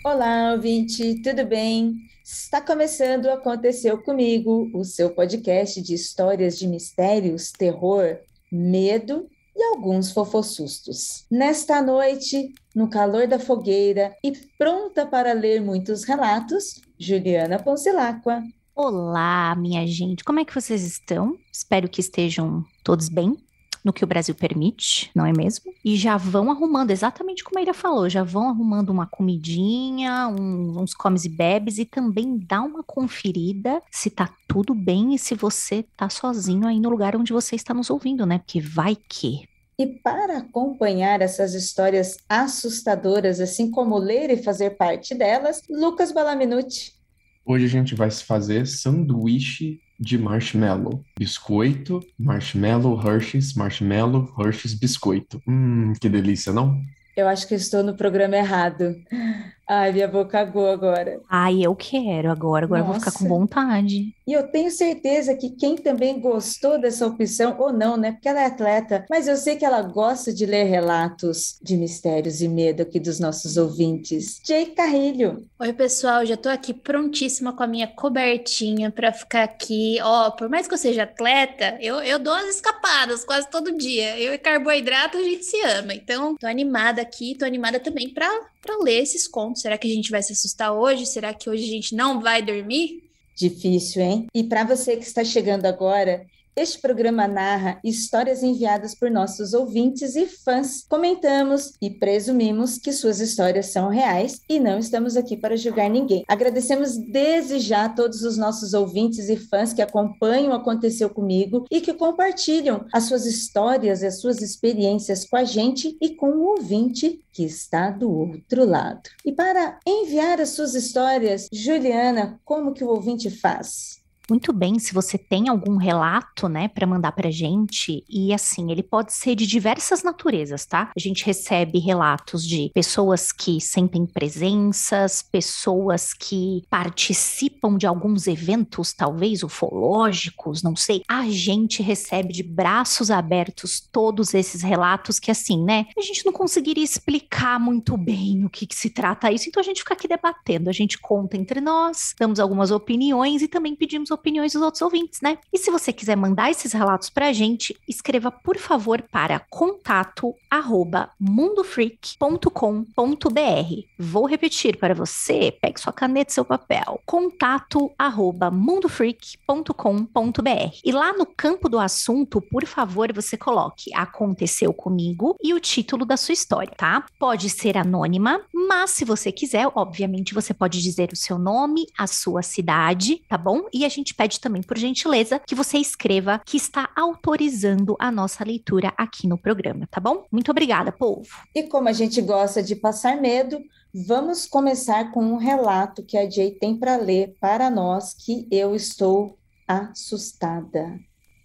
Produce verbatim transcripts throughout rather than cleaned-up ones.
Olá, ouvinte, tudo bem? Está começando o Aconteceu Comigo, o seu podcast de histórias de mistérios, terror, medo e alguns fofossustos. Nesta noite, no calor da fogueira e pronta para ler muitos relatos, Juliana Poncelacqua. Olá, minha gente, como é que vocês estão? Espero que estejam todos bem, no que o Brasil permite, não é mesmo? E já vão arrumando, exatamente como a Ira falou, já vão arrumando uma comidinha, um- uns comes e bebes e também dá uma conferida se tá tudo bem e se você tá sozinho aí no lugar onde você está nos ouvindo, né? Porque vai que. E para acompanhar essas histórias assustadoras, assim como ler e fazer parte delas, Lucas Balaminuti. Hoje a gente vai se fazer sanduíche de marshmallow. Biscoito, marshmallow, Hershey's, marshmallow, Hershey's, biscoito. Hum, que delícia, não? Eu acho que eu estou no programa errado. Ai, minha boca aguou agora. Ai, eu quero agora, agora eu vou ficar com Nossa. vontade. E eu tenho certeza que quem também gostou dessa opção, ou não, né? Porque ela é atleta, mas eu sei que ela gosta de ler relatos de mistérios e medo aqui dos nossos ouvintes. Jay Carrilho. Oi, pessoal, já tô aqui prontíssima com a minha cobertinha pra ficar aqui. Ó, por mais que eu seja atleta, eu, eu dou as escapadas quase todo dia. Eu e carboidrato a gente se ama. Então, tô animada aqui, tô animada também pra, pra ler esses contos. Será que a gente vai se assustar hoje? Será que hoje a gente não vai dormir? Difícil, hein? E para você que está chegando agora, este programa narra histórias enviadas por nossos ouvintes e fãs. Comentamos e presumimos que suas histórias são reais e não estamos aqui para julgar ninguém. Agradecemos desde já a todos os nossos ouvintes e fãs que acompanham o Aconteceu Comigo e que compartilham as suas histórias e as suas experiências com a gente e com o ouvinte que está do outro lado. E para enviar as suas histórias, Juliana, como que o ouvinte faz? Muito bem, se você tem algum relato, né, para mandar pra gente, e assim, ele pode ser de diversas naturezas, tá? A gente recebe relatos de pessoas que sentem presenças, pessoas que participam de alguns eventos, talvez ufológicos, não sei. A gente recebe de braços abertos todos esses relatos que, assim, né, a gente não conseguiria explicar muito bem o que que se trata isso, então a gente fica aqui debatendo, a gente conta entre nós, damos algumas opiniões e também pedimos opiniões dos outros ouvintes, né? E se você quiser mandar esses relatos pra gente, escreva, por favor, para contato arroba mundofreak ponto com ponto br. Vou repetir para você, pegue sua caneta e seu papel. Contato arroba mundofreak ponto com ponto br. E lá no campo do assunto, por favor, você coloque Aconteceu Comigo e o título da sua história, tá? Pode ser anônima, mas se você quiser, obviamente, você pode dizer o seu nome, a sua cidade, tá bom? E a gente pede também, por gentileza, que você escreva que está autorizando a nossa leitura aqui no programa, tá bom? Muito obrigada, povo. E como a gente gosta de passar medo, vamos começar com um relato que a Jay tem para ler para nós, que eu estou assustada.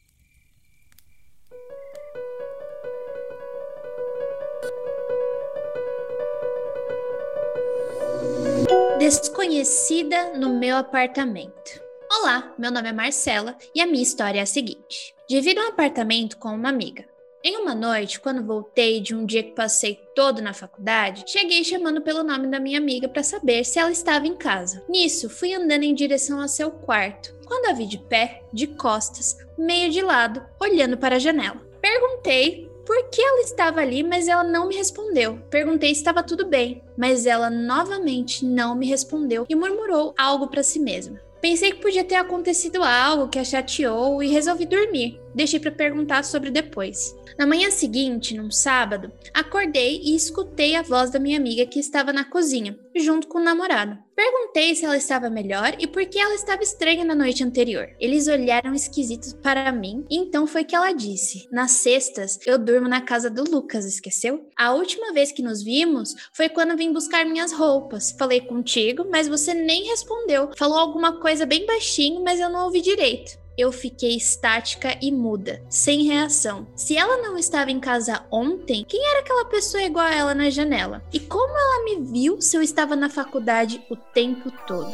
Desconhecida no meu apartamento. Olá, meu nome é Marcela e a minha história é a seguinte. Divido um apartamento com uma amiga. Em uma noite, quando voltei de um dia que passei todo na faculdade, cheguei chamando pelo nome da minha amiga para saber se ela estava em casa. Nisso, fui andando em direção ao seu quarto, quando a vi de pé, de costas, meio de lado, olhando para a janela. Perguntei por que ela estava ali, mas ela não me respondeu. Perguntei se estava tudo bem, mas ela novamente não me respondeu e murmurou algo para si mesma. Pensei que podia ter acontecido algo que a chateou e resolvi dormir. Deixei para perguntar sobre depois. Na manhã seguinte, num sábado, acordei e escutei a voz da minha amiga que estava na cozinha, junto com o namorado. Perguntei se ela estava melhor e por que ela estava estranha na noite anterior. Eles olharam esquisitos para mim e então foi que ela disse: nas sextas eu durmo na casa do Lucas, esqueceu? A última vez que nos vimos foi quando vim buscar minhas roupas. Falei contigo, mas você nem respondeu. Falou alguma coisa bem baixinho, mas eu não ouvi direito. Eu fiquei estática e muda, sem reação. Se ela não estava em casa ontem, quem era aquela pessoa igual a ela na janela? E como ela me viu se eu estava na faculdade o tempo todo?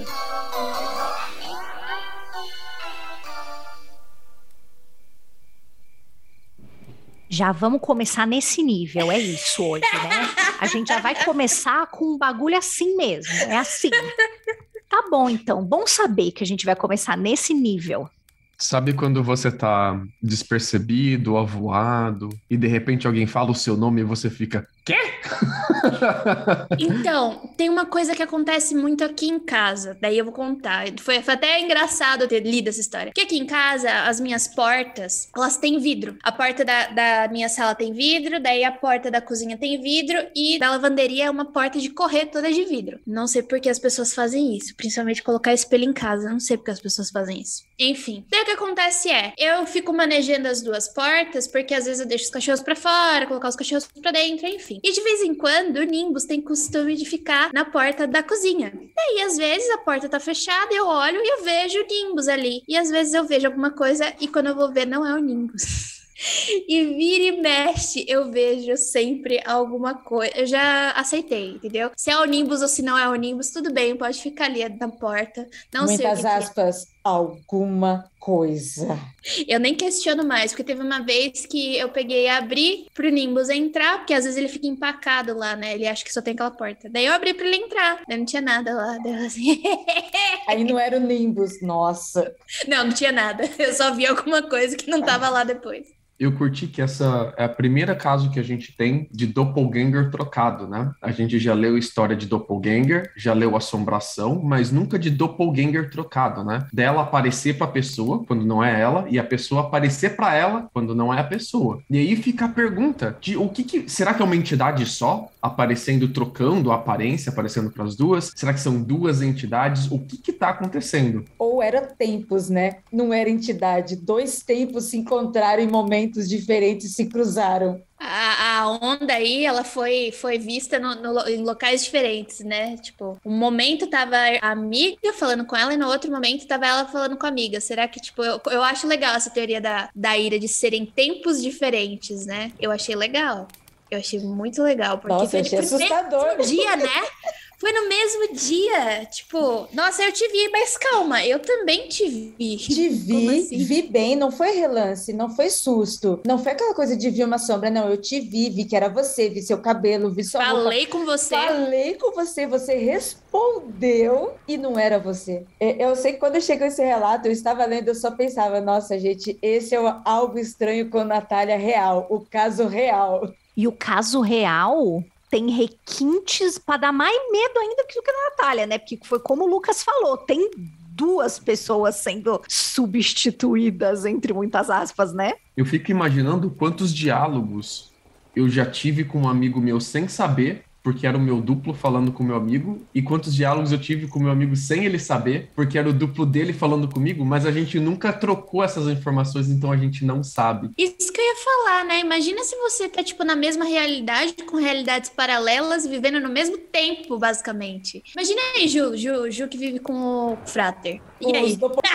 Já vamos começar nesse nível, é isso hoje, né? A gente já vai começar com um bagulho assim mesmo, é assim. Tá bom, então. Bom saber que a gente vai começar nesse nível. Sabe quando você tá despercebido, avoado, e de repente alguém fala o seu nome e você fica, quê? Então, tem uma coisa que acontece muito aqui em casa, daí eu vou contar. Foi, foi até engraçado eu ter lido essa história. Porque aqui em casa, as minhas portas, elas têm vidro. A porta da, da minha sala tem vidro, daí a porta da cozinha tem vidro, e da lavanderia é uma porta de correr toda de vidro. Não sei por que as pessoas fazem isso, principalmente colocar espelho em casa, não sei por que as pessoas fazem isso. Enfim, daí o que acontece é, eu fico manejando as duas portas, porque às vezes eu deixo os cachorros pra fora, colocar os cachorros pra dentro, enfim. E de vez em quando, o Nimbus tem costume de ficar na porta da cozinha. Daí, às vezes, a porta tá fechada, eu olho e eu vejo o Nimbus ali. E às vezes eu vejo alguma coisa e quando eu vou ver, não é o Nimbus. E vira e mexe, eu vejo sempre alguma coisa. Eu já aceitei, entendeu? Se é o Nimbus ou se não é o Nimbus, tudo bem, pode ficar ali na porta. Não sei o Muitas que que é. aspas, alguma coisa. Eu nem questiono mais, porque teve uma vez que eu peguei e abri pro Nimbus entrar, porque às vezes ele fica empacado lá, né? Ele acha que só tem aquela porta. Daí eu abri pra ele entrar, daí não tinha nada lá. Daí eu assim... Aí não era o Nimbus, nossa. Não, não tinha nada. Eu só vi alguma coisa que não tava lá depois. Eu curti que essa é a primeira caso que a gente tem de doppelganger trocado, né? A gente já leu história de doppelganger, já leu assombração, mas nunca de doppelganger trocado, né? Dela aparecer pra pessoa quando não é ela e a pessoa aparecer pra ela quando não é a pessoa. E aí fica a pergunta de o que que... Será que é uma entidade só aparecendo, trocando a aparência, aparecendo pras duas? Será que são duas entidades? O que que tá acontecendo? Ou era tempos, né? Não era entidade. Dois tempos se encontraram em momentos diferentes, se cruzaram. A, a onda aí, ela foi, foi vista no, no, em locais diferentes, né? Tipo, um momento tava a amiga falando com ela e no outro momento tava ela falando com a amiga. Será que, tipo, eu, eu acho legal essa teoria da, da ira de serem tempos diferentes, né? Eu achei legal. Eu achei muito legal. Porque Nossa, eu achei assustador. No dia, né? Foi no mesmo dia, tipo, nossa, eu te vi, mas calma, eu também te vi. Te vi, assim? Vi bem, não foi relance, não foi susto, não foi aquela coisa de ver uma sombra, não, eu te vi, vi que era você, vi seu cabelo, vi sua roupa. Falei com você. Falei com você, você respondeu e não era você. Eu sei que quando chegou esse relato, eu estava lendo, eu só pensava, nossa, gente, esse é o Algo Estranho com Natália real, o caso real. E o caso real... tem requintes para dar mais medo ainda que o que a Natália, né? Porque foi como o Lucas falou, tem duas pessoas sendo substituídas, entre muitas aspas, né? Eu fico imaginando quantos diálogos eu já tive com um amigo meu sem saber, porque era o meu duplo falando com o meu amigo, e quantos diálogos eu tive com o meu amigo sem ele saber, porque era o duplo dele falando comigo, mas a gente nunca trocou essas informações, então a gente não sabe. Isso que eu ia falar, né? Imagina se você tá, tipo, na mesma realidade, com realidades paralelas, vivendo no mesmo tempo, basicamente. Imagina aí, Ju, Ju, Ju que vive com o Frater. E Os aí? doppel-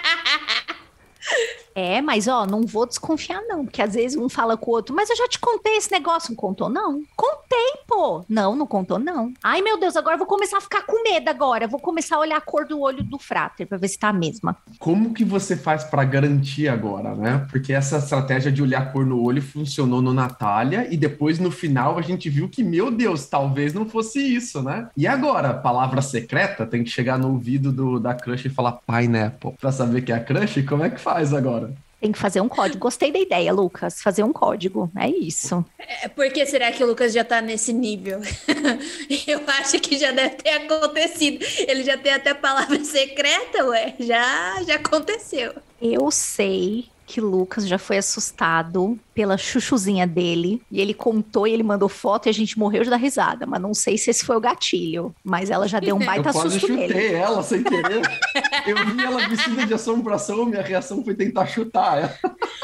É, mas ó, não vou desconfiar não, porque às vezes um fala com o outro, mas eu já te contei esse negócio, não contou não? Contei, pô! Não, não contou não. Ai, meu Deus, agora eu vou começar a ficar com medo agora, vou começar a olhar a cor do olho do Frater pra ver se tá a mesma. Como que você faz pra garantir agora, né? Porque essa estratégia de olhar a cor no olho funcionou no Natália e depois no final a gente viu que, meu Deus, talvez não fosse isso, né? E agora, palavra secreta, tem que chegar no ouvido do, da crush e falar Pineapple pra saber que é a crush? Como é que faz agora? Tem que fazer um código. Gostei da ideia, Lucas. Fazer um código. É isso. É, por que será que o Lucas já tá nesse nível? Eu acho que já deve ter acontecido. Ele já tem até palavra secreta, ué. Já, já aconteceu. Eu sei que Lucas já foi assustado pela chuchuzinha dele. E ele contou e ele mandou foto e a gente morreu de dar risada. Mas não sei se esse foi o gatilho. Mas ela já deu um baita Eu quase susto chutei nele. ela sem querer. Eu vi ela vestida de assombração, minha reação foi tentar chutar ela.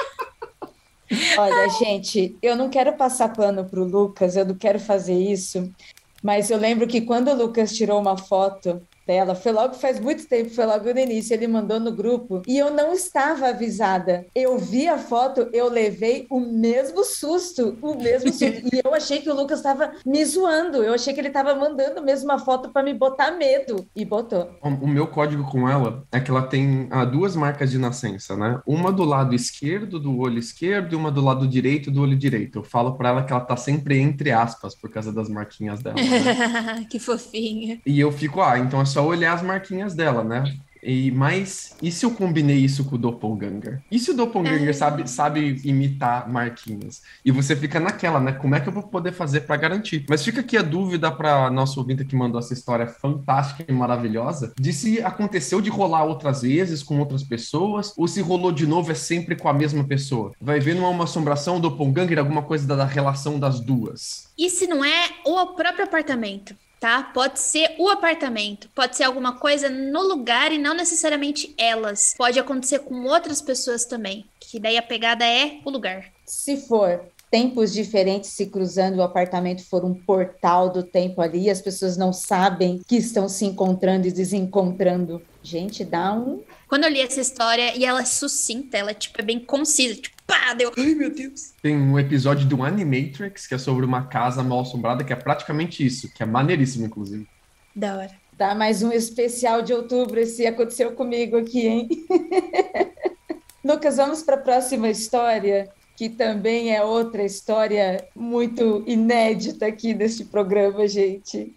Olha, gente, eu não quero passar pano pro Lucas, eu não quero fazer isso, mas eu lembro que quando o Lucas tirou uma foto dela. Foi logo, faz muito tempo, foi logo no início. Ele mandou no grupo e eu não estava avisada. Eu vi a foto, eu levei o mesmo susto, o mesmo susto. E eu achei que o Lucas estava me zoando. Eu achei que ele estava mandando mesmo uma foto para me botar medo. E botou. O, o meu código com ela é que ela tem ah, duas marcas de nascença, né? Uma do lado esquerdo do olho esquerdo e uma do lado direito do olho direito. Eu falo para ela que ela tá sempre entre aspas por causa das marquinhas dela, né? Que fofinha. E eu fico, ah, então é só olhar as marquinhas dela, né? E, mas e se eu combinei isso com o Doppelganger? E se o Doppelganger Ah. sabe, sabe imitar marquinhas? E você fica naquela, né? Como é que eu vou poder fazer para garantir? Mas fica aqui a dúvida para nosso ouvinte que mandou essa história fantástica e maravilhosa, de se aconteceu de rolar outras vezes com outras pessoas, ou se rolou de novo é sempre com a mesma pessoa. Vai ver, não é uma assombração, Doppelganger, alguma coisa da, da relação das duas. E se não é o próprio apartamento? Tá? Pode ser o apartamento, pode ser alguma coisa no lugar e não necessariamente elas. Pode acontecer com outras pessoas também, que daí a pegada é o lugar. Se for tempos diferentes se cruzando, o apartamento for um portal do tempo ali, as pessoas não sabem que estão se encontrando e desencontrando. Gente, dá um... Quando eu li essa história, e ela é sucinta, ela tipo, é bem concisa, tipo, pá, deu... Ai, meu Deus. Tem um episódio do Animatrix, que é sobre uma casa mal assombrada, que é praticamente isso, que é maneiríssimo, inclusive. Da hora. Dá mais um especial de outubro, esse aconteceu comigo aqui, hein? Lucas, vamos para a próxima história, que também é outra história muito inédita aqui deste programa, gente.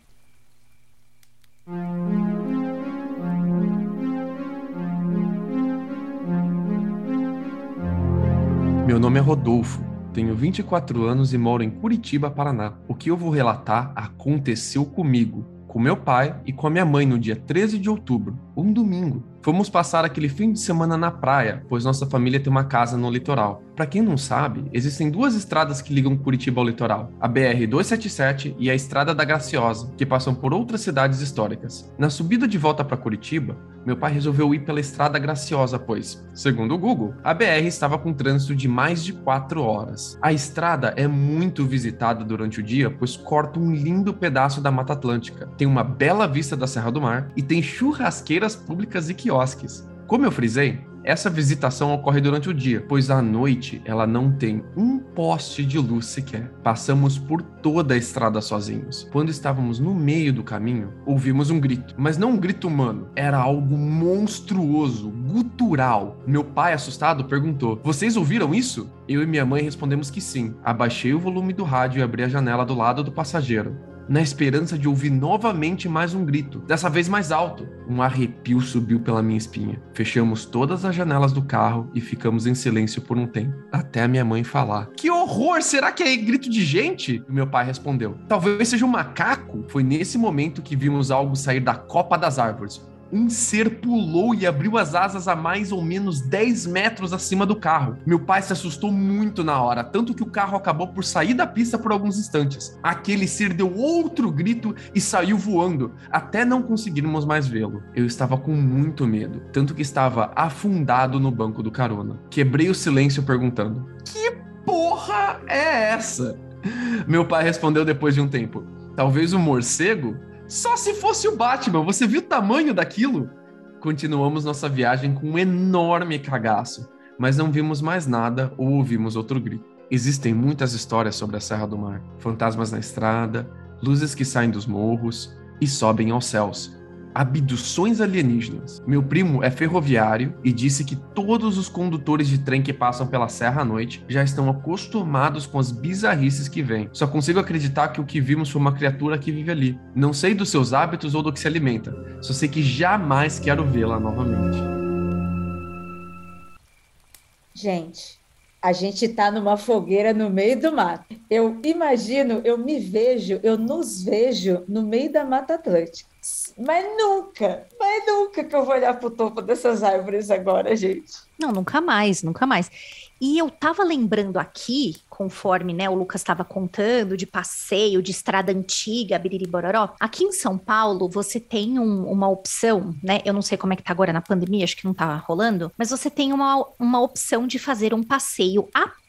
Meu nome é Rodolfo, tenho vinte e quatro anos e moro em Curitiba, Paraná. O que eu vou relatar aconteceu comigo, com meu pai e com a minha mãe no dia treze de outubro, um domingo. Fomos passar aquele fim de semana na praia, pois nossa família tem uma casa no litoral. Para quem não sabe, existem duas estradas que ligam Curitiba ao litoral, a B R duzentos e setenta e sete e a Estrada da Graciosa, que passam por outras cidades históricas. Na subida de volta para Curitiba, meu pai resolveu ir pela Estrada Graciosa, pois, segundo o Google, a B R estava com trânsito de mais de quatro horas. A estrada é muito visitada durante o dia, pois corta um lindo pedaço da Mata Atlântica, tem uma bela vista da Serra do Mar e tem churrasqueiras públicas e quiosques. Como eu frisei, essa visitação ocorre durante o dia, pois à noite ela não tem um poste de luz sequer. Passamos por toda a estrada sozinhos. Quando estávamos no meio do caminho, ouvimos um grito, mas não um grito humano, era algo monstruoso, gutural. Meu pai, assustado, perguntou: "Vocês ouviram isso?" Eu e minha mãe respondemos que sim. Abaixei o volume do rádio e abri a janela do lado do passageiro, na esperança de ouvir novamente mais um grito, dessa vez mais alto. Um arrepio subiu pela minha espinha. Fechamos todas as janelas do carro e ficamos em silêncio por um tempo, até a minha mãe falar: "Que horror! Será que é grito de gente?" E meu pai respondeu: "Talvez seja um macaco." Foi nesse momento que vimos algo sair da copa das árvores. Um ser pulou e abriu as asas a mais ou menos dez metros acima do carro. Meu pai se assustou muito na hora, tanto que o carro acabou por sair da pista por alguns instantes. Aquele ser deu outro grito e saiu voando, até não conseguirmos mais vê-lo. Eu estava com muito medo, tanto que estava afundado no banco do carona. Quebrei o silêncio perguntando: "Que porra é essa?" Meu pai respondeu depois de um tempo: "Talvez um morcego? Só se fosse o Batman, você viu o tamanho daquilo?" Continuamos nossa viagem com um enorme cagaço, mas não vimos mais nada ou ouvimos outro grito. Existem muitas histórias sobre a Serra do Mar, fantasmas na estrada, luzes que saem dos morros e sobem aos céus. Abduções alienígenas. Meu primo é ferroviário e disse que todos os condutores de trem que passam pela serra à noite já estão acostumados com as bizarrices que vêm. Só consigo acreditar que o que vimos foi uma criatura que vive ali. Não sei dos seus hábitos ou do que se alimenta, só sei que jamais quero vê-la novamente. Gente, a gente tá numa fogueira no meio do mato. Eu imagino, eu me vejo, eu nos vejo no meio da Mata Atlântica. Mas nunca, mas nunca que eu vou olhar pro topo dessas árvores agora, gente. Não, nunca mais, nunca mais. E eu tava lembrando aqui, conforme, né, o Lucas estava contando de passeio, de estrada antiga, Biriri Bororó. Aqui em São Paulo, você tem um, uma opção, né? Eu não sei como é que tá agora na pandemia, acho que não tá rolando, mas você tem uma, uma opção de fazer um passeio a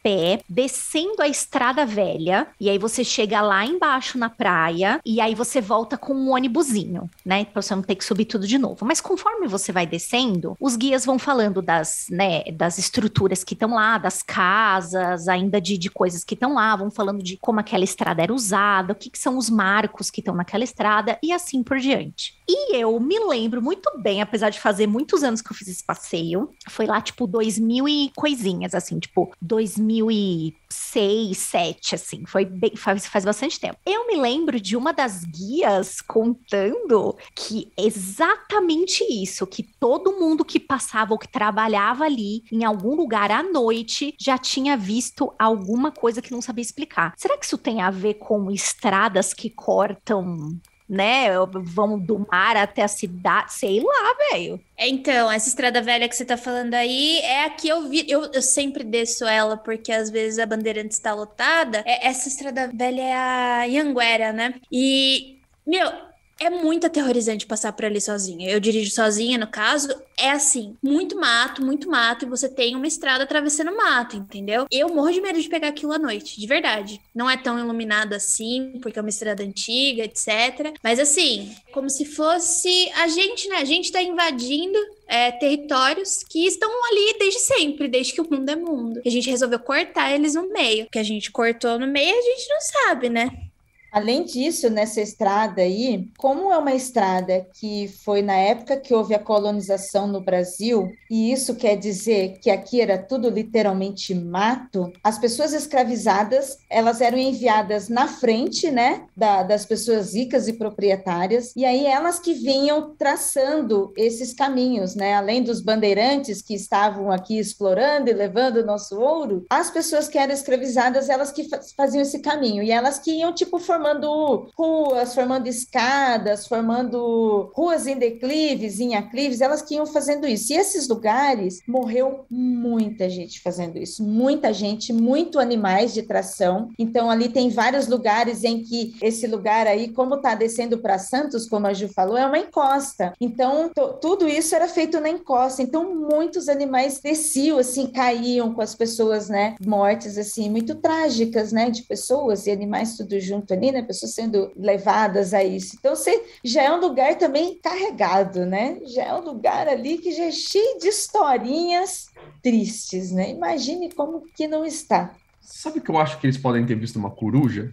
pé, descendo a estrada velha, e aí você chega lá embaixo na praia, e aí você volta com um ônibusinho, né? Pra você não ter que subir tudo de novo. Mas conforme você vai descendo, os guias vão falando das, né, das estruturas que estão lá, das casas, ainda de, de coisas que estão lá, vão falando de como aquela estrada era usada, o que, que são os marcos que estão naquela estrada, e assim por diante. E eu me lembro muito bem, apesar de fazer muitos anos que eu fiz esse passeio, foi lá tipo dois mil e coisinhas, assim, tipo dois mil e seis, sete, assim, foi bem, faz, faz bastante tempo. Eu me lembro de uma das guias contando que exatamente isso, que todo mundo que passava ou que trabalhava ali em algum lugar à noite já tinha visto alguma coisa que não sabia explicar. Será que isso tem a ver com estradas que cortam, né, vão do mar até a cidade, sei lá, velho. Então, essa estrada velha que você tá falando aí é a que eu vi, eu, eu sempre desço ela, porque às vezes a Bandeirantes está lotada. É, essa estrada velha é a Anhanguera, né? E, meu, é muito aterrorizante passar por ali sozinha. Eu dirijo sozinha, no caso, é assim, muito mato, muito mato, e você tem uma estrada atravessando mato, entendeu? Eu morro de medo de pegar aquilo à noite, de verdade. Não é tão iluminado assim, porque é uma estrada antiga, etcétera. Mas assim, como se fosse a gente, né? A gente tá invadindo é, territórios que estão ali desde sempre, desde que o mundo é mundo. E a gente resolveu cortar eles no meio. Que a gente cortou no meio, a gente não sabe, né? Além disso, nessa estrada aí, como é uma estrada que foi na época que houve a colonização no Brasil, e isso quer dizer que aqui era tudo literalmente mato, as pessoas escravizadas, elas eram enviadas na frente, né, da, das pessoas ricas e proprietárias, e aí elas que vinham traçando esses caminhos, né, além dos bandeirantes que estavam aqui explorando e levando o nosso ouro, as pessoas que eram escravizadas, elas que faziam esse caminho, e elas que iam, tipo, formando ruas, formando escadas, formando ruas em declives, em aclives, elas que iam fazendo isso. E esses lugares, morreu muita gente fazendo isso, muita gente, muito animais de tração. Então, ali tem vários lugares em que esse lugar aí, como está descendo para Santos, como a Ju falou, é uma encosta. Então, tudo isso era feito na encosta. Então, muitos animais desciam, assim, caíam com as pessoas, né, mortes, assim, muito trágicas, né, de pessoas e animais tudo junto ali, né, pessoas sendo levadas a isso. Então, você já é um lugar também carregado, né? Já é um lugar ali que já é cheio de historinhas tristes, né? Imagine como que não está. Sabe que eu acho que eles podem ter visto uma coruja?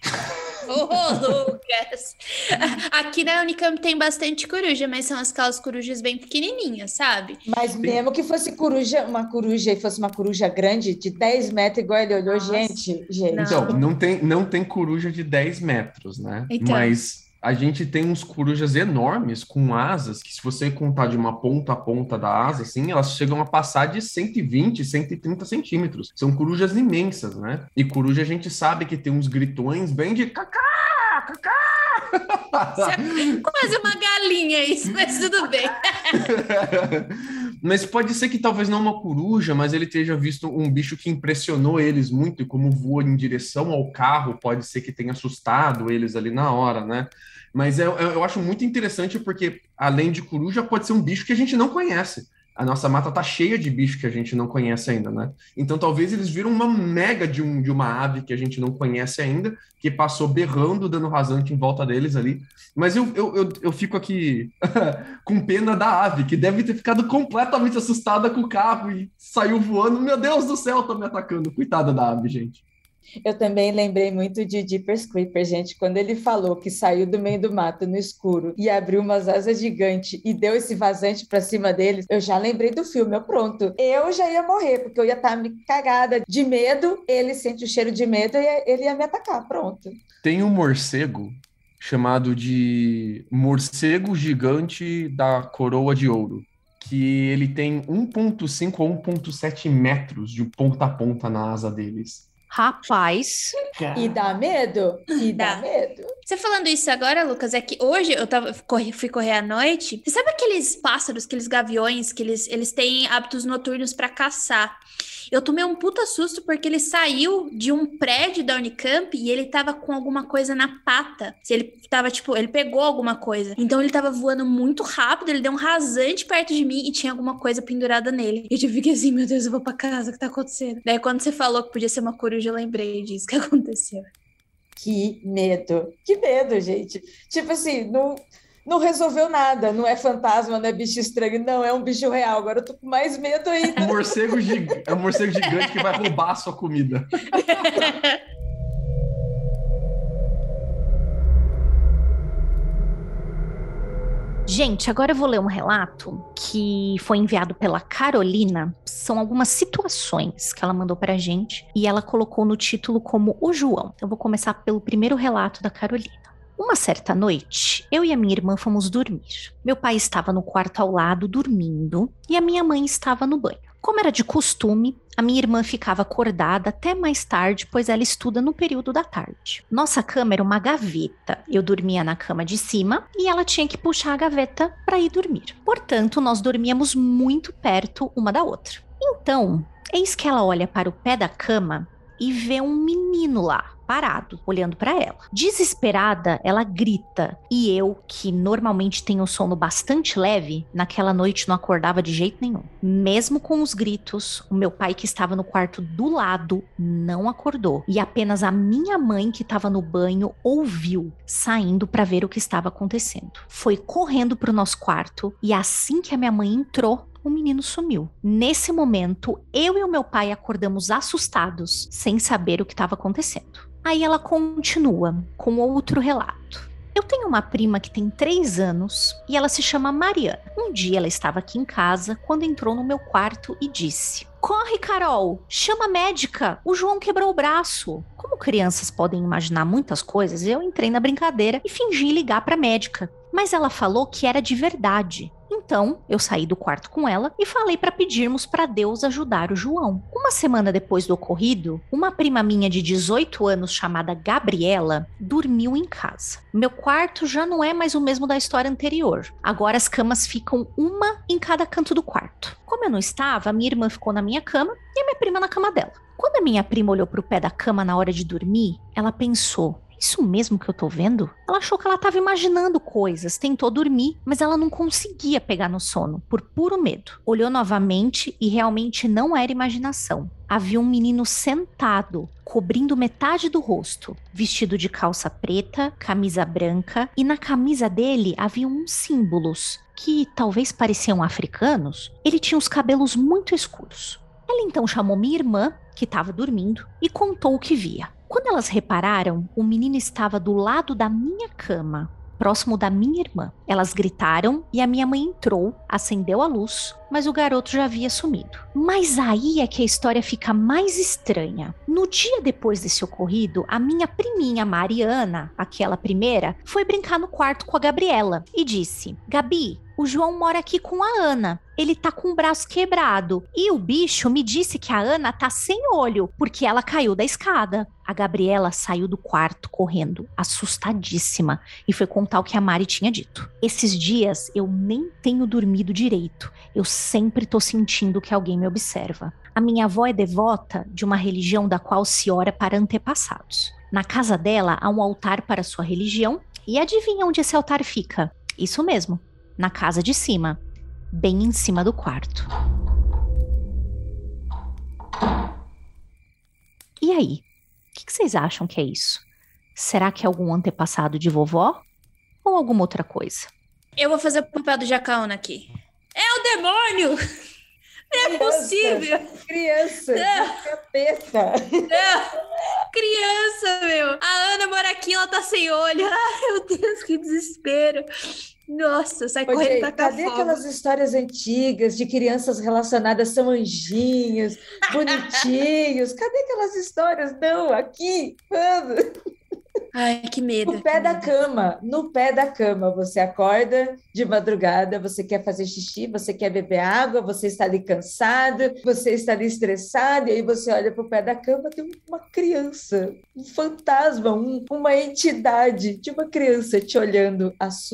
Ô, oh, Lucas! Aqui na Unicamp tem bastante coruja, mas são aquelas corujas bem pequenininhas, sabe? Mas mesmo que fosse coruja, uma coruja e fosse uma coruja grande, de dez metros, igual ele olhou, Nossa, gente, gente. Não. Então, não tem, não tem coruja de dez metros, né? Então. Mas a gente tem uns corujas enormes com asas, que se você contar de uma ponta a ponta da asa, assim, elas chegam a passar de cento e vinte, cento e trinta centímetros. São corujas imensas, né? E coruja a gente sabe que tem uns gritões bem de cacá, cacá. Quase uma galinha isso, mas tudo bem. Mas pode ser que talvez não uma coruja, mas ele tenha visto um bicho que impressionou eles muito, e como voa em direção ao carro, pode ser que tenha assustado eles ali na hora, né? Mas eu, eu acho muito interessante porque, além de coruja, pode ser um bicho que a gente não conhece. A nossa mata tá cheia de bicho que a gente não conhece ainda, né? Então talvez eles viram uma mega de, um, de uma ave que a gente não conhece ainda, que passou berrando, dando rasante em volta deles ali. Mas eu, eu, eu, eu fico aqui com pena da ave, que deve ter ficado completamente assustada com o carro e saiu voando. Meu Deus do céu, tá me atacando. Coitada da ave, gente. Eu também lembrei muito de Jeepers Creepers, gente, quando ele falou que saiu do meio do mato no escuro e abriu umas asas gigantes e deu esse vazante para cima deles, eu já lembrei do filme, eu pronto. Eu já ia morrer, porque eu ia estar me cagada de medo, ele sente o cheiro de medo e ele ia me atacar, pronto. Tem um morcego chamado de morcego gigante da coroa de ouro, que ele tem um ponto cinco ou um ponto sete metros de ponta a ponta na asa deles. Rapaz. E dá medo? E dá, dá medo. Você falando isso agora, Lucas, é que hoje eu tava, corri, fui correr à noite. Você sabe aqueles pássaros, aqueles gaviões, que eles, eles têm hábitos noturnos pra caçar? Eu tomei um puta susto porque ele saiu de um prédio da Unicamp e ele tava com alguma coisa na pata. Ele tava, tipo, ele pegou alguma coisa. Então ele tava voando muito rápido, ele deu um rasante perto de mim e tinha alguma coisa pendurada nele. E eu fiquei assim, meu Deus, eu vou pra casa, o que tá acontecendo? Daí quando você falou que podia ser uma coruja, eu lembrei disso que aconteceu. Que medo, que medo, gente. Tipo assim, não, não resolveu nada, não é fantasma, não é bicho estranho, não, é um bicho real. Agora eu tô com mais medo ainda. É um morcego, gig... é um morcego gigante que vai roubar a sua comida. Gente, agora eu vou ler um relato que foi enviado pela Carolina. São algumas situações que ela mandou pra gente e ela colocou no título como O João. Eu vou começar pelo primeiro relato da Carolina. Uma certa noite, eu e a minha irmã fomos dormir. Meu pai estava no quarto ao lado dormindo e a minha mãe estava no banho. Como era de costume, a minha irmã ficava acordada até mais tarde, pois ela estuda no período da tarde. Nossa cama era uma gaveta. Eu dormia na cama de cima e ela tinha que puxar a gaveta para ir dormir. Portanto, nós dormíamos muito perto uma da outra. Então, eis que ela olha para o pé da cama e vê um menino lá, parado, olhando para ela. Desesperada, ela grita. E eu, que normalmente tenho sono bastante leve, naquela noite não acordava de jeito nenhum. Mesmo com os gritos, o meu pai, que estava no quarto do lado, não acordou. E apenas a minha mãe, que estava no banho, ouviu, saindo para ver o que estava acontecendo. Foi correndo para o nosso quarto e assim que a minha mãe entrou, o menino sumiu. Nesse momento, eu e o meu pai acordamos assustados, sem saber o que estava acontecendo. Aí ela continua com outro relato. Eu tenho uma prima que tem três anos e ela se chama Mariana. Um dia ela estava aqui em casa quando entrou no meu quarto e disse: "Corre, Carol, chama a médica, o João quebrou o braço." Como crianças podem imaginar muitas coisas, eu entrei na brincadeira e fingi ligar para a médica. Mas ela falou que era de verdade. Então, eu saí do quarto com ela e falei para pedirmos para Deus ajudar o João. Uma semana depois do ocorrido, uma prima minha de dezoito anos chamada Gabriela dormiu em casa. Meu quarto já não é mais o mesmo da história anterior. Agora as camas ficam uma em cada canto do quarto. Como eu não estava, a minha irmã ficou na minha cama e a minha prima na cama dela. Quando a minha prima olhou para o pé da cama na hora de dormir, ela pensou: isso mesmo que eu tô vendo? Ela achou que ela estava imaginando coisas, tentou dormir, mas ela não conseguia pegar no sono, por puro medo. Olhou novamente e realmente não era imaginação. Havia um menino sentado, cobrindo metade do rosto, vestido de calça preta, camisa branca, e na camisa dele havia uns símbolos, que talvez pareciam africanos. Ele tinha os cabelos muito escuros. Ela então chamou minha irmã, que estava dormindo, e contou o que via. Quando elas repararam, o menino estava do lado da minha cama, próximo da minha irmã. Elas gritaram e a minha mãe entrou, acendeu a luz, mas o garoto já havia sumido. Mas aí é que a história fica mais estranha. No dia depois desse ocorrido, a minha priminha Mariana, aquela primeira, foi brincar no quarto com a Gabriela e disse: "Gabi, o João mora aqui com a Ana. Ele tá com o braço quebrado. E o bicho me disse que a Ana tá sem olho, porque ela caiu da escada." A Gabriela saiu do quarto correndo, assustadíssima, e foi contar o que a Mari tinha dito. Esses dias eu nem tenho dormido direito. Eu sempre tô sentindo que alguém me observa. A minha avó é devota de uma religião da qual se ora para antepassados. Na casa dela há um altar para sua religião, e adivinha onde esse altar fica? Isso mesmo, na casa de cima, bem em cima do quarto. E aí? O que vocês acham que é isso? Será que é algum antepassado de vovó? Ou alguma outra coisa? Eu vou fazer o papel do Jacaúna aqui. É o demônio! Não é Criança, possível! Criança, Não. capeta. Não. Criança, meu! A Ana mora aqui, ela tá sem olho. Ai, meu Deus, que desespero! Nossa, sai Ô, correndo Jay, e tacar cadê fogo. aquelas histórias antigas de crianças relacionadas são anjinhos, bonitinhos? Cadê aquelas histórias? Não, aqui, mano. Ai, que medo. No pé que da medo. cama, no pé da cama, você acorda de madrugada, você quer fazer xixi, você quer beber água, você está ali cansado, você está ali estressado, e aí você olha para o pé da cama, tem uma criança, um fantasma, um, uma entidade de uma criança te olhando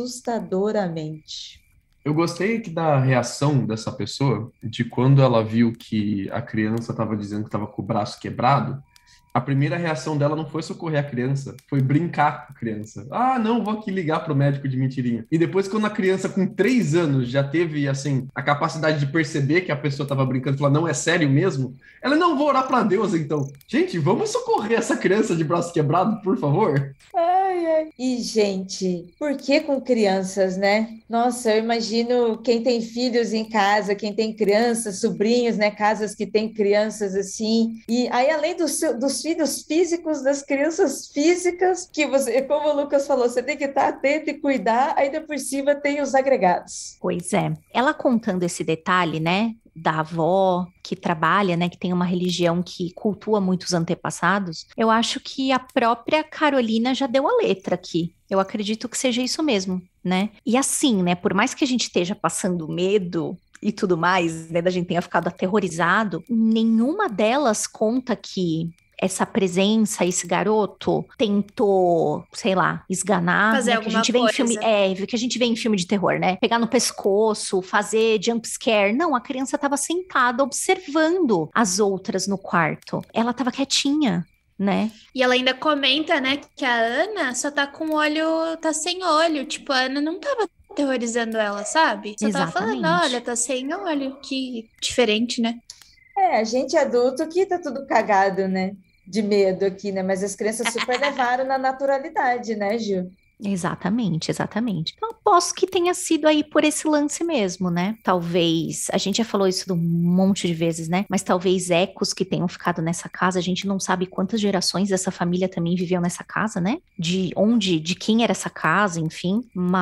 assustadoramente. Eu gostei que da reação dessa pessoa, de quando ela viu que a criança estava dizendo que estava com o braço quebrado, a primeira reação dela não foi socorrer a criança, foi brincar com a criança. Ah, não, vou aqui ligar pro médico de mentirinha. E depois, quando a criança com três anos já teve, assim, a capacidade de perceber que a pessoa estava brincando e falar, não, é sério mesmo? Ela, não, vou orar para Deus, então. Gente, vamos socorrer essa criança de braço quebrado, por favor? Ai, ai. E, gente, por que com crianças, né? Nossa, eu imagino quem tem filhos em casa, quem tem crianças, sobrinhos, né? Casas que tem crianças assim. E aí, além do seu- dos filhos físicos, das crianças físicas, que você, como o Lucas falou, você tem que estar atento e cuidar, ainda por cima tem os agregados. Pois é. Ela contando esse detalhe, né, da avó que trabalha, né, que tem uma religião que cultua muitos antepassados, eu acho que a própria Carolina já deu a letra aqui. Eu acredito que seja isso mesmo, né? E assim, né, por mais que a gente esteja passando medo e tudo mais, né, da gente tenha ficado aterrorizado, nenhuma delas conta que essa presença, esse garoto tentou, sei lá, esganar, Fazer né? Que a alguma gente vê em filme, coisa. é, que a gente vê em filme de terror, né? Pegar no pescoço, fazer jump scare. Não, a criança estava sentada observando as outras no quarto. Ela estava quietinha, né? E ela ainda comenta, né, que a Ana só tá com o olho, tá sem olho. Tipo, a Ana não tava aterrorizando ela, sabe? Só tava falando, Exatamente. olha, tá sem olho. Que diferente, né? É, a gente adulto que tá tudo cagado, né? De medo aqui, né? Mas as crianças super levaram na naturalidade, né, Gil? Exatamente, exatamente. Então, aposto que tenha sido aí por esse lance mesmo, né? Talvez, a gente já falou isso um monte de vezes, né? Mas talvez ecos que tenham ficado nessa casa, a gente não sabe quantas gerações dessa família também viviam nessa casa, né? De onde, de quem era essa casa, enfim.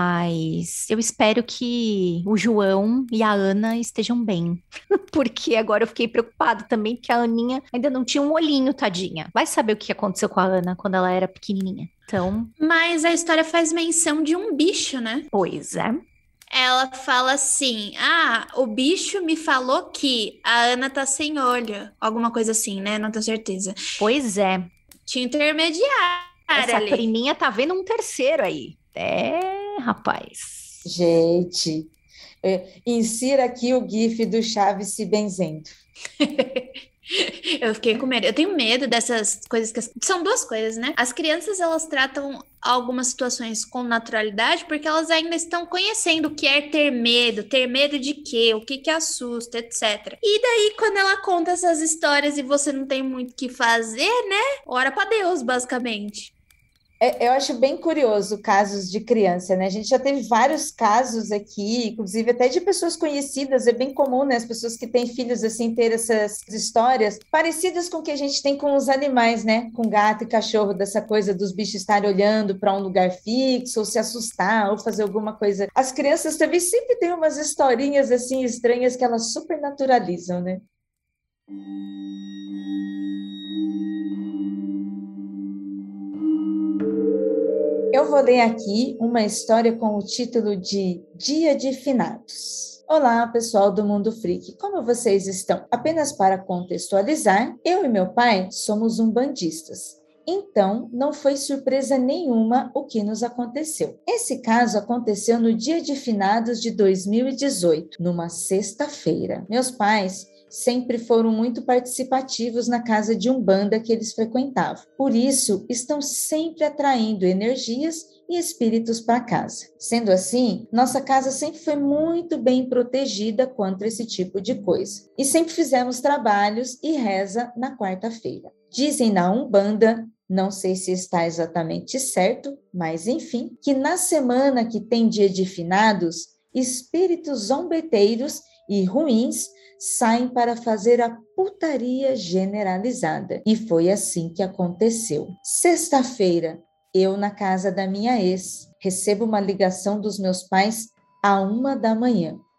Mas eu espero que o João e a Ana estejam bem. Porque agora eu fiquei preocupada também, porque a Aninha ainda não tinha um olhinho, tadinha. Vai saber o que aconteceu com a Ana quando ela era pequenininha. Então, Mas a história faz menção de um bicho, né? pois é. Ela fala assim: ah, o bicho me falou que a Ana tá sem olho. Alguma coisa assim, né? Não tenho certeza. Pois é. Tinha intermediária Essa ali. priminha tá vendo um terceiro aí. É, rapaz. Gente, é, insira aqui o gif do Chaves se benzendo. Eu fiquei com medo. Eu tenho medo dessas coisas que as- são duas coisas, né? As crianças elas tratam algumas situações com naturalidade porque elas ainda estão conhecendo o que é ter medo, ter medo de quê, o que que assusta, etcétera. E daí quando ela conta essas histórias e você não tem muito o que fazer, né? Ora pra Deus, basicamente. É, eu acho bem curioso casos de criança, né? A gente já teve vários casos aqui, inclusive até de pessoas conhecidas. É bem comum, né? As pessoas que têm filhos assim ter essas histórias parecidas com o que a gente tem com os animais, né? Com gato e cachorro, dessa coisa dos bichos estarem olhando para um lugar fixo, ou se assustar, ou fazer alguma coisa. As crianças também sempre têm umas historinhas assim estranhas que elas super naturalizam, né? Eu vou ler aqui uma história com o título de Dia de Finados. Olá, pessoal do Mundo Freak, como vocês estão? Apenas para contextualizar, eu e meu pai somos umbandistas. Então, não foi surpresa nenhuma o que nos aconteceu. Esse caso aconteceu no dia de finados de dois mil e dezoito, numa sexta-feira. Meus pais sempre foram muito participativos na casa de umbanda que eles frequentavam. Por isso, estão sempre atraindo energias e espíritos para casa. Sendo assim, nossa casa sempre foi muito bem protegida contra esse tipo de coisa. E sempre fizemos trabalhos e reza na quarta-feira. Dizem na umbanda, não sei se está exatamente certo, mas enfim, que na semana que tem dia de finados, espíritos zombeteiros e ruins saem para fazer a putaria generalizada. E foi assim que aconteceu. Sexta-feira, eu na casa da minha ex, recebo uma ligação dos meus pais à uma da manhã.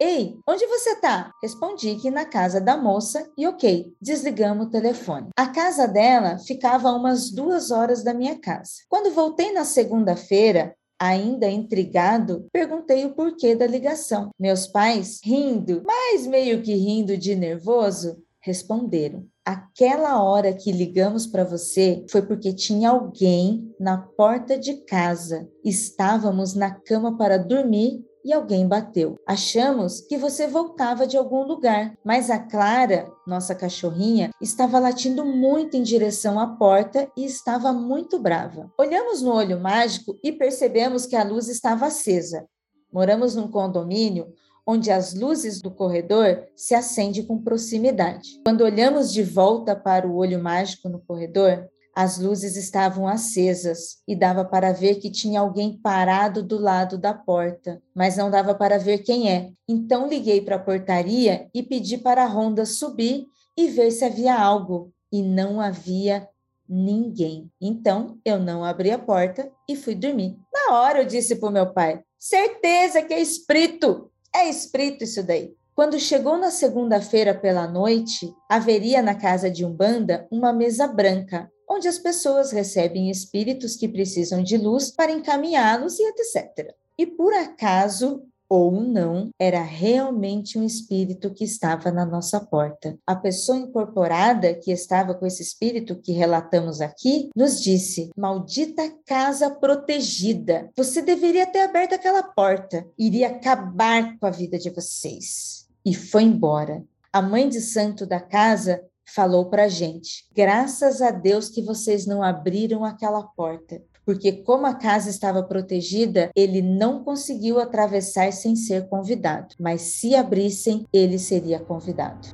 Ei, onde você tá? Respondi que na casa da moça e ok, desligamos o telefone. A casa dela ficava a umas duas horas da minha casa. Quando voltei na segunda-feira, ainda intrigado, perguntei o porquê da ligação. Meus pais, rindo, mas meio que rindo de nervoso, responderam: aquela hora que ligamos para você foi porque tinha alguém na porta de casa. Estávamos na cama para dormir e alguém bateu. Achamos que você voltava de algum lugar, mas a Clara, nossa cachorrinha, estava latindo muito em direção à porta e estava muito brava. Olhamos no olho mágico e percebemos que a luz estava acesa. Moramos num condomínio onde as luzes do corredor se acendem com proximidade. Quando olhamos de volta para o olho mágico no corredor, as luzes estavam acesas e dava para ver que tinha alguém parado do lado da porta, mas não dava para ver quem é. Então liguei para a portaria e pedi para a Ronda subir e ver se havia algo, e não havia ninguém. Então eu não abri a porta e fui dormir. Na hora eu disse para o meu pai: certeza que é espírito, é espírito isso daí. Quando chegou na segunda-feira pela noite, haveria na casa de Umbanda uma mesa branca, onde as pessoas recebem espíritos que precisam de luz para encaminhá-los e etcétera. E por acaso, ou não, era realmente um espírito que estava na nossa porta. A pessoa incorporada que estava com esse espírito que relatamos aqui, nos disse: maldita casa protegida, você deveria ter aberto aquela porta, iria acabar com a vida de vocês. E foi embora. A mãe de santo da casa falou para a gente: graças a Deus que vocês não abriram aquela porta, porque como a casa estava protegida, ele não conseguiu atravessar sem ser convidado, mas se abrissem, ele seria convidado.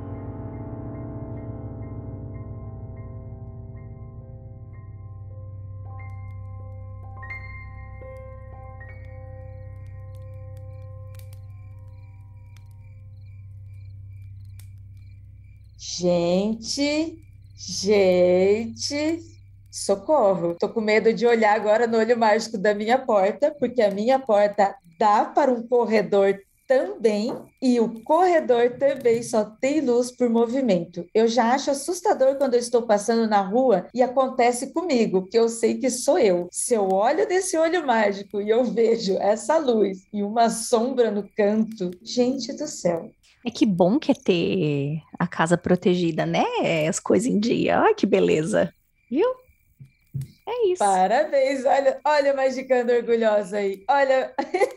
Gente, gente, socorro. Tô com medo de olhar agora no olho mágico da minha porta, porque a minha porta dá para um corredor também, e o corredor também só tem luz por movimento. Eu já acho assustador quando eu estou passando na rua e acontece comigo, porque eu sei que sou eu. Se eu olho desse olho mágico e eu vejo essa luz e uma sombra no canto, gente do céu. É que bom que é ter a casa protegida, né? As coisas em dia. Ai, que beleza. Viu? É isso. Parabéns. Olha, olha a magicando orgulhosa aí. Olha.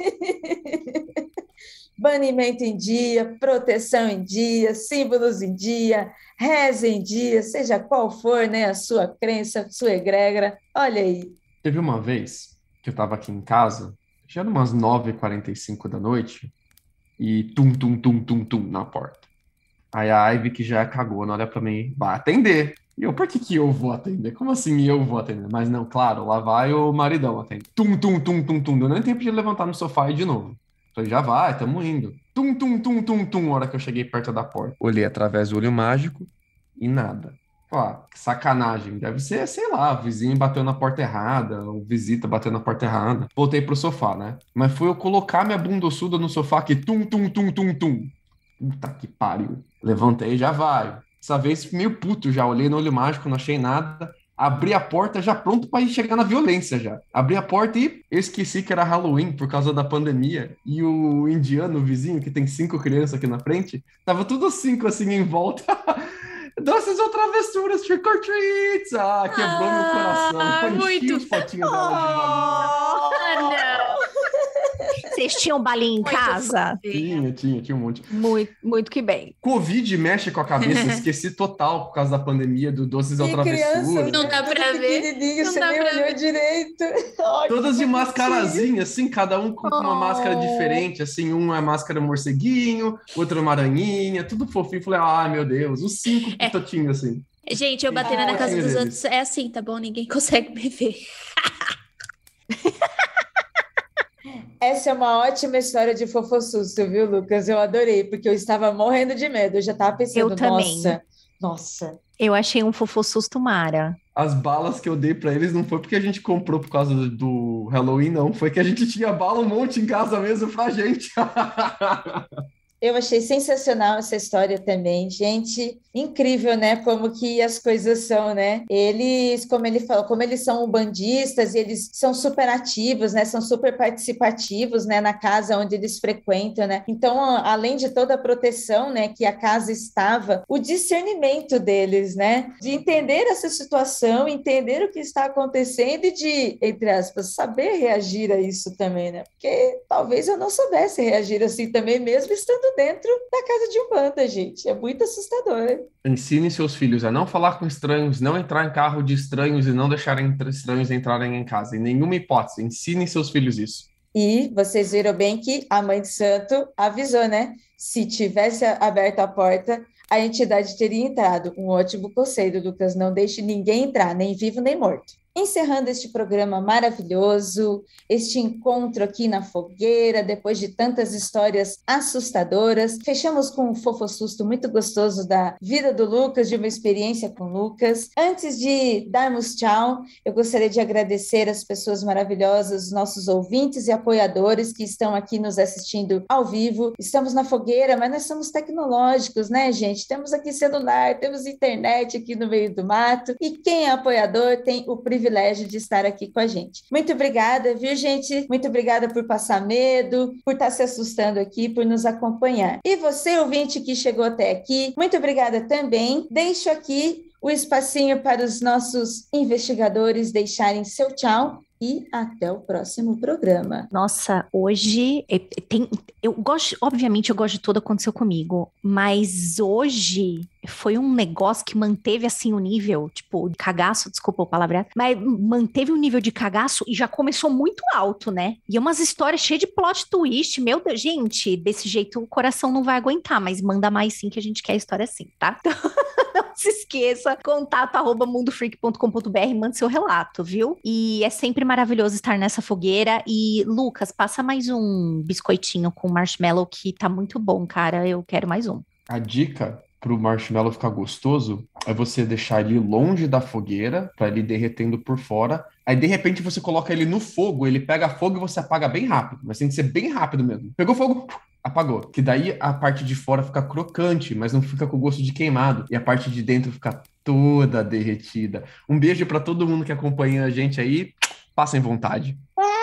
Banimento em dia, proteção em dia, símbolos em dia, reza em dia, seja qual for, né, a sua crença, a sua egrégora. Olha aí. Teve uma vez que eu estava aqui em casa, já era umas nove e quarenta e cinco da noite, e tum, tum, tum, tum, tum na porta. Aí a Ivy, que já cagou, não olha pra mim, vai atender. E eu, por que que eu vou atender? Como assim eu vou atender? Mas não, claro, lá vai o maridão atender. Tum, tum, tum, tum, tum. Deu nem tempo de levantar no sofá e ir de novo. Falei, já vai, tamo indo. Tum, tum, tum, tum, tum, hora que eu cheguei perto da porta. Olhei através do olho mágico e nada. Ah, que sacanagem. Deve ser, sei lá, o vizinho bateu na porta errada, o visita bateu na porta errada. Voltei pro sofá, né? Mas foi eu colocar minha bundoçuda no sofá que tum, tum, tum, tum, tum. Puta que pariu. Levantei, já vai. Dessa vez, meio puto já. Olhei no olho mágico, não achei nada. Abri a porta já pronto para ir chegar na violência já. Abri a porta e eu esqueci que era Halloween por causa da pandemia. E o indiano, o vizinho, que tem cinco crianças aqui na frente, tava tudo cinco assim em volta. Doces ou travessuras, trick or treats! Ah, quebrou ah, meu coração. Eu muito os potinhos dela de balinha. Ah, não! Vocês tinham balinha em muito casa? Tinha, tinha, tinha um monte. Muito, muito que bem. Covid mexe com a cabeça, esqueci total por causa da pandemia do doces ou travessuras. Não dá pra ver. Não você nem olhou ver. direito. Oh, todas de mascarazinha, assim, cada um com oh. uma máscara diferente, assim, um é máscara morceguinho, outro é uma aranhinha, tudo fofinho. Falei, ai, meu Deus, os cinco é. pitotinhos, assim. Gente, eu batendo ah, na casa dos deles. outros é assim, tá bom? Ninguém consegue me ver. Essa é uma ótima história de fofossusto, viu, Lucas? Eu adorei, porque eu estava morrendo de medo. Eu já estava pensando, eu também. nossa, nossa. Eu achei um fofossusto mara. As balas que eu dei pra eles não foi porque a gente comprou por causa do Halloween não, foi que a gente tinha bala um monte em casa mesmo pra gente. Eu achei sensacional essa história também, gente, incrível, né, como que as coisas são, né, eles, como ele falou, como eles são bandistas, eles são super ativos, né, são super participativos, né, na casa onde eles frequentam, né, então, além de toda a proteção, né, que a casa estava, o discernimento deles, né, de entender essa situação, entender o que está acontecendo e de, entre aspas, saber reagir a isso também, né, porque talvez eu não soubesse reagir assim também, mesmo estando dentro da casa de Umbanda, gente. É muito assustador. Ensine seus filhos a não falar com estranhos, não entrar em carro de estranhos e não deixarem estranhos entrarem em casa. Em nenhuma hipótese. Ensinem seus filhos isso. E vocês viram bem que a mãe de santo avisou, né? Se tivesse aberto a porta, a entidade teria entrado. Um ótimo conselho, Lucas. Não deixe ninguém entrar, nem vivo nem morto. Encerrando este programa maravilhoso, este encontro aqui na fogueira, depois de tantas histórias assustadoras, fechamos com um fofo susto muito gostoso da vida do Lucas, de uma experiência com o Lucas. Antes de darmos tchau, eu gostaria de agradecer as pessoas maravilhosas, nossos ouvintes e apoiadores que estão aqui nos assistindo ao vivo. Estamos na fogueira, mas nós somos tecnológicos, né, gente? Temos aqui celular, temos internet aqui no meio do mato, e quem é apoiador tem o privilégio privilégio de estar aqui com a gente. Muito obrigada, viu, gente? Muito obrigada por passar medo, por estar se assustando aqui, por nos acompanhar. E você, ouvinte que chegou até aqui, muito obrigada também. Deixo aqui o espacinho para os nossos investigadores deixarem seu tchau. E até o próximo programa. Nossa, hoje tem, eu gosto, obviamente eu gosto de tudo que aconteceu comigo, mas hoje foi um negócio que manteve assim o nível, tipo, cagaço, desculpa o palavreado, mas manteve o nível de cagaço e já começou muito alto, né? E umas histórias cheias de plot twist, meu Deus, gente, desse jeito o coração não vai aguentar, mas manda mais sim que a gente quer a história assim, tá? Não se esqueça, contato arroba mundofreak ponto com ponto b r, manda seu relato, viu? E é sempre maravilhoso estar nessa fogueira. E, Lucas, passa mais um biscoitinho com marshmallow que tá muito bom, cara. Eu quero mais um. A dica pro marshmallow ficar gostoso é você deixar ele longe da fogueira, para ele ir derretendo por fora. Aí, de repente, você coloca ele no fogo, ele pega fogo e você apaga bem rápido. Mas tem que ser bem rápido mesmo. Pegou fogo, apagou. Que daí a parte de fora fica crocante, mas não fica com gosto de queimado. E a parte de dentro fica toda derretida. Um beijo para todo mundo que acompanha a gente aí. Passem vontade.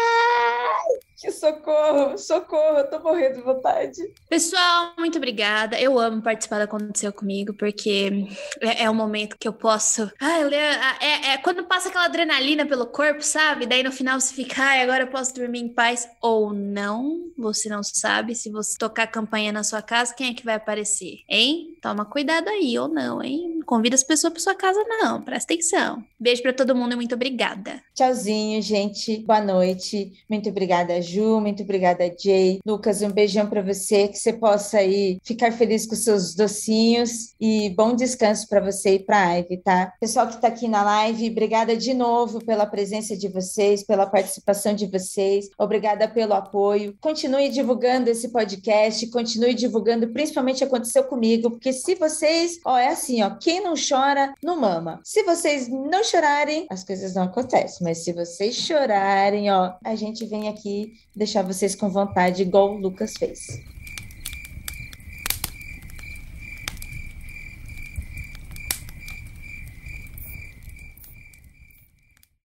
Que socorro, socorro, eu tô morrendo de vontade. Pessoal, muito obrigada. Eu amo participar do que aconteceu comigo, porque é, é um momento que eu posso... Ai, é, é quando passa aquela adrenalina pelo corpo, sabe? Daí no final você fica, ai, agora eu posso dormir em paz. Ou não, você não sabe. Se você tocar a campainha na sua casa, quem é que vai aparecer? Hein? Toma cuidado aí, ou não, hein? Não convida as pessoas pra sua casa, não. Presta atenção. Beijo pra todo mundo e muito obrigada. Tchauzinho, gente. Boa noite. Muito obrigada, Ju. Muito obrigada, Jay. Lucas, um beijão para você. Que você possa aí ficar feliz com seus docinhos. E bom descanso para você e para a Ivy, tá? Pessoal que está aqui na live, obrigada de novo pela presença de vocês, pela participação de vocês. Obrigada pelo apoio. Continue divulgando esse podcast. Continue divulgando, principalmente o que aconteceu comigo. Porque se vocês... Ó, é assim, ó. Quem não chora, não mama. Se vocês não chorarem, as coisas não acontecem. Mas se vocês chorarem, ó, a gente vem aqui deixar vocês com vontade, igual o Lucas fez.